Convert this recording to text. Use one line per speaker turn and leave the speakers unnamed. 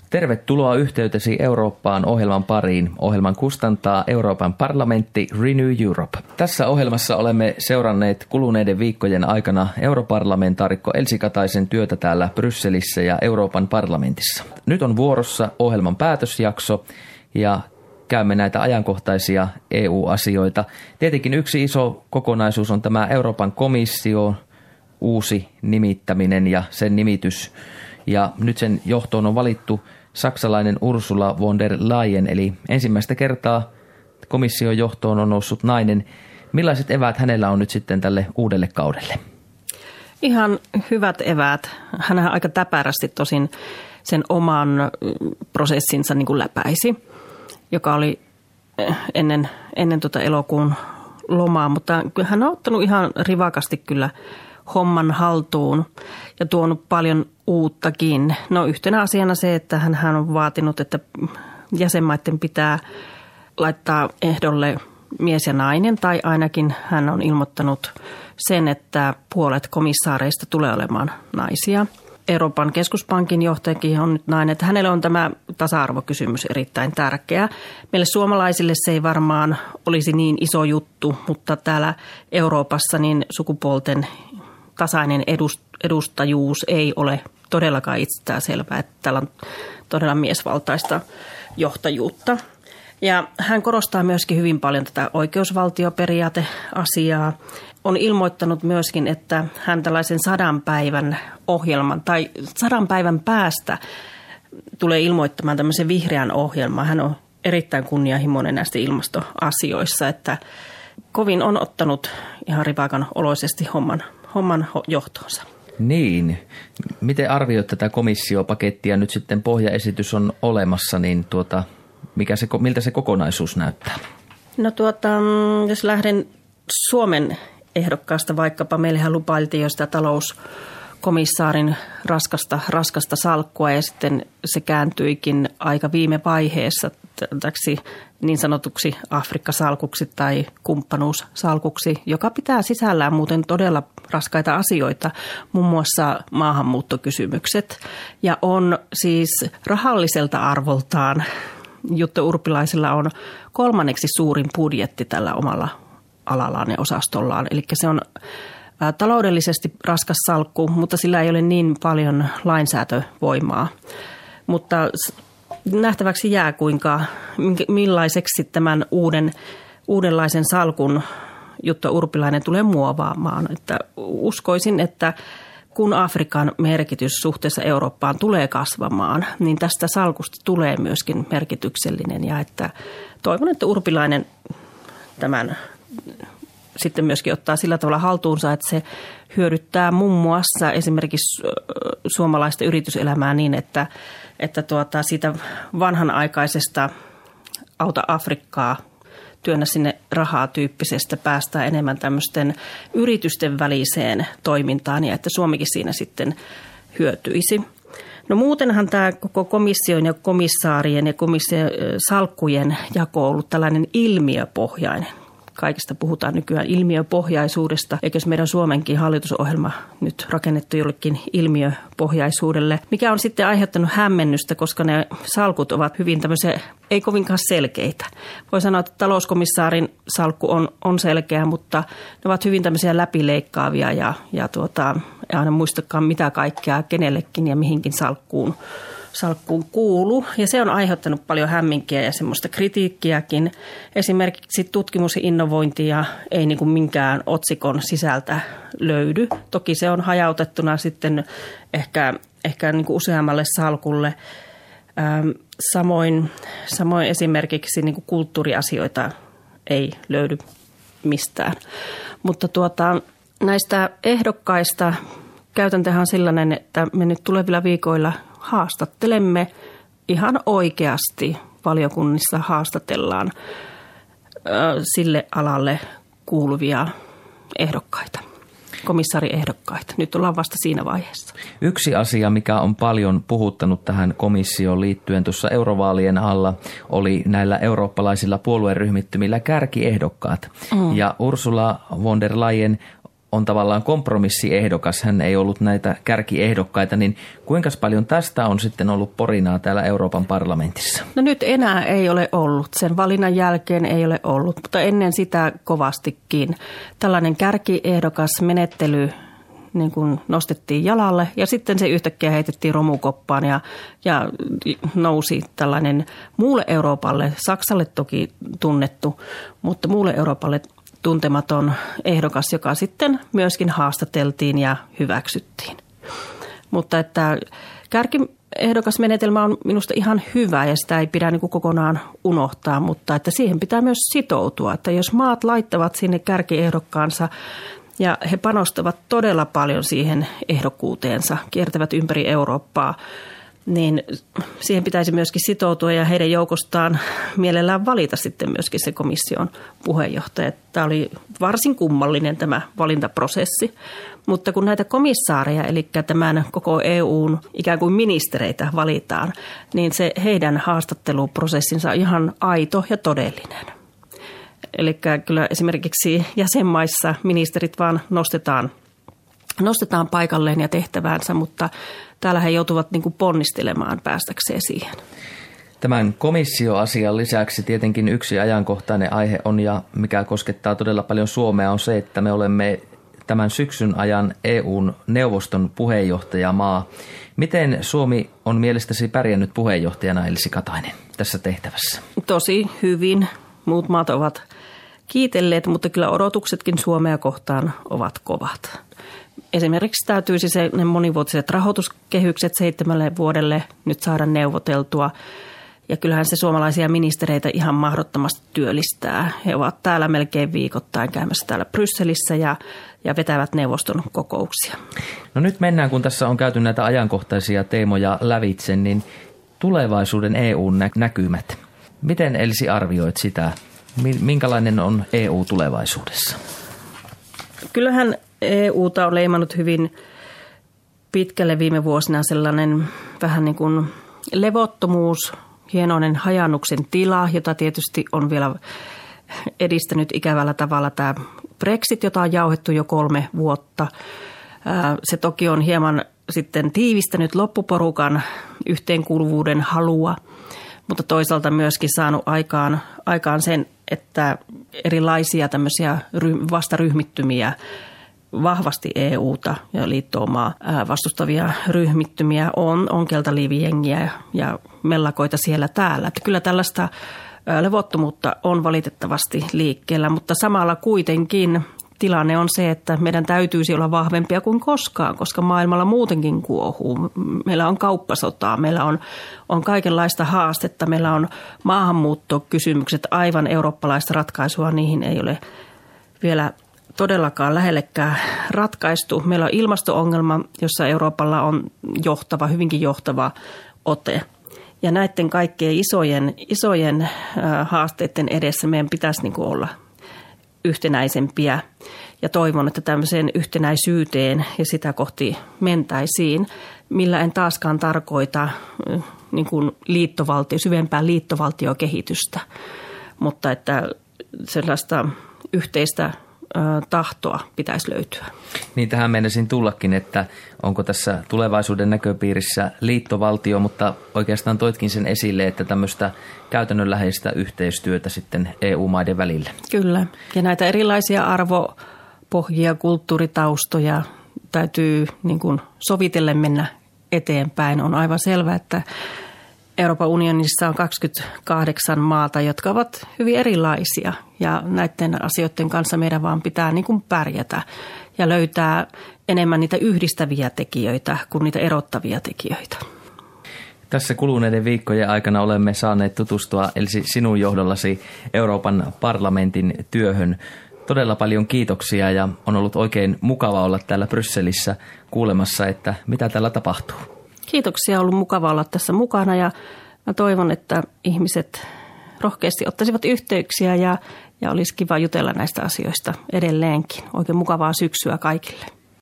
Tervetuloa Yhteytesi Eurooppaan ohjelman pariin. Ohjelman kustantaa Euroopan parlamentti Renew Europe. Tässä ohjelmassa olemme seuranneet kuluneiden viikkojen aikana europarlamentaarikko Elsi Kataisen työtä täällä Brysselissä ja Euroopan parlamentissa. Nyt on vuorossa ohjelman päätösjakso ja käymme näitä ajankohtaisia EU-asioita. Tietenkin yksi iso kokonaisuus on tämä Euroopan komissio, uusi nimittäminen ja sen nimitys. Ja nyt sen johtoon on valittu saksalainen Ursula von der Leyen, eli ensimmäistä kertaa komission johtoon on noussut nainen. Millaiset eväät hänellä on nyt sitten tälle uudelle kaudelle?
Ihan hyvät eväät. Hänhän aika täpärästi tosin sen oman prosessinsa niin kuin läpäisi, joka oli ennen elokuun lomaa, mutta hän on ottanut ihan rivakasti kyllä homman haltuun ja tuonut paljon uuttakin. No yhtenä asiana se, että hän on vaatinut, että jäsenmaiden pitää laittaa ehdolle mies ja nainen, tai ainakin hän on ilmoittanut sen, että puolet komissaareista tulee olemaan naisia. Euroopan keskuspankin johtajakin on nyt nainen, että hänelle on tämä tasa-arvokysymys erittäin tärkeä. Meille suomalaisille se ei varmaan olisi niin iso juttu, mutta täällä Euroopassa niin sukupuolten tasainen edustajuus ei ole todellakaan itsestään selvää, että täällä on todella miesvaltaista johtajuutta. Ja hän korostaa myöskin hyvin paljon tätä oikeusvaltioperiaateasiaa. On ilmoittanut myöskin, että hän tällaisen 100 päivän ohjelman tai 100 päivän päästä tulee ilmoittamaan tämmöisen vihreän ohjelman. Hän on erittäin kunnianhimoinen näistä ilmastoasioissa, että kovin on ottanut ihan rivakan oloisesti homman johtoonsa.
Niin. Miten arvioit tätä komissiopakettia? Nyt sitten pohjaesitys on olemassa, niin miltä se kokonaisuus näyttää? No
jos lähden Suomen ehdokkaasta vaikkapa, meillähän lupailtiin jo sitä talouskomissaarin raskasta salkkua ja sitten se kääntyikin aika viime vaiheessa täksi niin sanotuksi Afrikka-salkuksi tai kumppanuussalkuksi, joka pitää sisällään muuten todella raskaita asioita, muun muassa maahanmuuttokysymykset. Ja on siis rahalliselta arvoltaan, Jutta Urpilaisella on 3. suurin budjetti tällä omalla alallaan ja osastollaan. Eli se on taloudellisesti raskas salkku, mutta sillä ei ole niin paljon lainsäätövoimaa. Mutta nähtäväksi jää, millaiseksi tämän uudenlaisen salkun Jutta Urpilainen tulee muovaamaan. Että uskoisin, että kun Afrikan merkitys suhteessa Eurooppaan tulee kasvamaan, niin tästä salkusta tulee myöskin merkityksellinen. Ja että toivon, että Urpilainen tämän sitten myöskin ottaa sillä tavalla haltuunsa, että se hyödyttää muun muassa esimerkiksi suomalaista yrityselämää niin, että siitä vanhanaikaisesta auta Afrikkaa, työnnä sinne rahaa tyyppisestä päästään enemmän tämmöisten yritysten väliseen toimintaan ja että Suomikin siinä sitten hyötyisi. No muutenhan tämä koko komission ja komissaarien ja salkkujen jako on ollut tällainen ilmiöpohjainen. Kaikista puhutaan nykyään ilmiöpohjaisuudesta, eikä meidän Suomenkin hallitusohjelma nyt rakennettu jollekin ilmiöpohjaisuudelle, mikä on sitten aiheuttanut hämmennystä, koska ne salkut ovat hyvin tämmöisiä, ei kovinkaan selkeitä. Voi sanoa, että talouskomissaarin salkku on selkeä, mutta ne ovat hyvin tämmöisiä läpileikkaavia ja ei aina muistakaan mitä kaikkea kenellekin ja mihinkin salkkuun kuuluu. Ja se on aiheuttanut paljon hämminkiä ja semmoista kritiikkiäkin. Esimerkiksi tutkimus ja innovointia ei niin kuin minkään otsikon sisältä löydy. Toki se on hajautettuna sitten ehkä niin kuin useammalle salkulle. Samoin esimerkiksi niin kuin kulttuuriasioita ei löydy mistään. Mutta näistä ehdokkaista käytäntöhän on sellainen, että me nyt tulevilla viikoilla haastattelemme ihan oikeasti, valiokunnissa haastatellaan sille alalle kuuluvia ehdokkaita, komissaariehdokkaita. Nyt ollaan vasta siinä vaiheessa.
Yksi asia, mikä on paljon puhuttanut tähän komissioon liittyen tuossa eurovaalien alla, oli näillä eurooppalaisilla puolueryhmittymillä kärkiehdokkaat. Ja Ursula von der Leyen on tavallaan kompromissiehdokas, hän ei ollut näitä kärkiehdokkaita, niin kuinka paljon tästä on sitten ollut porinaa täällä Euroopan parlamentissa?
No nyt enää ei ole ollut, sen valinnan jälkeen ei ole ollut, mutta ennen sitä kovastikin. Tällainen kärkiehdokas menettely niin kuin nostettiin jalalle ja sitten se yhtäkkiä heitettiin romukoppaan ja nousi tällainen muulle Euroopalle, Saksalle toki tunnettu, mutta muulle Euroopalle tuntematon ehdokas, joka sitten myöskin haastateltiin ja hyväksyttiin. Mutta että kärkiehdokasmenetelmä on minusta ihan hyvä ja sitä ei pidä niin kuin kokonaan unohtaa, mutta että siihen pitää myös sitoutua, että jos maat laittavat sinne kärkiehdokkaansa ja he panostavat todella paljon siihen ehdokkuuteensa, kiertävät ympäri Eurooppaa, niin siihen pitäisi myöskin sitoutua ja heidän joukostaan mielellään valita sitten myöskin se komission puheenjohtaja. Tämä oli varsin kummallinen tämä valintaprosessi, mutta kun näitä komissaareja, eli tämän koko EUn ikään kuin ministereitä valitaan, niin se heidän haastatteluprosessinsa on ihan aito ja todellinen. Eli kyllä esimerkiksi jäsenmaissa ministerit vaan nostetaan paikalleen ja tehtäväänsä, mutta täällä he joutuvat niin kuin ponnistelemaan päästäkseen siihen.
Tämän komissioasian lisäksi tietenkin yksi ajankohtainen aihe on ja mikä koskettaa todella paljon Suomea on se, että me olemme tämän syksyn ajan EUn neuvoston puheenjohtajamaa. Miten Suomi on mielestäsi pärjännyt puheenjohtajana, Elsi Katainen, tässä tehtävässä? Tosi
hyvin. Muut maat ovat kiitelleet, mutta kyllä odotuksetkin Suomea kohtaan ovat kovat. Esimerkiksi täytyisi ne monivuotiset rahoituskehykset 7 vuodelle nyt saada neuvoteltua. Ja kyllähän se suomalaisia ministereitä ihan mahdottomasti työllistää. He ovat täällä melkein viikoittain käymässä täällä Brysselissä ja vetävät neuvoston kokouksia.
No nyt mennään, kun tässä on käyty näitä ajankohtaisia teemoja lävitse, niin tulevaisuuden EU-näkymät. Miten Elsi arvioit sitä? Minkälainen on EU tulevaisuudessa?
Kyllähän EUta on leimannut hyvin pitkälle viime vuosina sellainen vähän niin kuin levottomuus, hienoinen hajannuksen tila, jota tietysti on vielä edistänyt ikävällä tavalla tämä Brexit, jota on jauhettu jo 3 vuotta. Se toki on hieman sitten tiivistänyt loppuporukan yhteenkuuluvuuden halua, mutta toisaalta myöskin saanut aikaan sen, että erilaisia tämmöisiä vastaryhmittymiä vahvasti EUta ja liittoumaa vastustavia ryhmittymiä on keltaliivijengiä ja mellakoita siellä täällä. Että kyllä tällaista levottomuutta on valitettavasti liikkeellä, mutta samalla kuitenkin tilanne on se, että meidän täytyisi olla vahvempia kuin koskaan, koska maailmalla muutenkin kuohuu. Meillä on kauppasotaa, meillä on kaikenlaista haastetta, meillä on maahanmuuttokysymykset, aivan eurooppalaista ratkaisua, niihin ei ole vielä todellakaan lähellekään ratkaistu. Meillä on ilmasto-ongelma, jossa Euroopalla on hyvinkin johtava ote. Ja näiden kaikkien isojen haasteiden edessä meidän pitäisi niin kuin olla yhtenäisempiä. Ja toivon, että tämmöiseen yhtenäisyyteen ja sitä kohti mentäisiin, millä en taaskaan tarkoita niin kuin syvempää liittovaltiokehitystä, mutta että sellaista yhteistä tahtoa pitäisi löytyä.
Niin tähän mennäisin tullakin, että onko tässä tulevaisuuden näköpiirissä liittovaltio, mutta oikeastaan toitkin sen esille, että tämmöistä käytännönläheistä yhteistyötä sitten EU-maiden välillä.
Kyllä, ja näitä erilaisia arvopohjia, kulttuuritaustoja täytyy niin kuin sovitellen mennä eteenpäin. On aivan selvä, että Euroopan unionissa on 28 maata, jotka ovat hyvin erilaisia ja näiden asioiden kanssa meidän vaan pitää niin kuin pärjätä ja löytää enemmän niitä yhdistäviä tekijöitä kuin niitä erottavia tekijöitä.
Tässä kuluneiden viikkojen aikana olemme saaneet tutustua, Elsi, sinun johdollasi Euroopan parlamentin työhön. Todella paljon kiitoksia ja on ollut oikein mukava olla täällä Brysselissä kuulemassa, että mitä täällä tapahtuu.
Kiitoksia, on ollut mukava olla tässä mukana ja mä toivon, että ihmiset rohkeasti ottaisivat yhteyksiä ja olisi kiva jutella näistä asioista edelleenkin. Oikein mukavaa syksyä kaikille.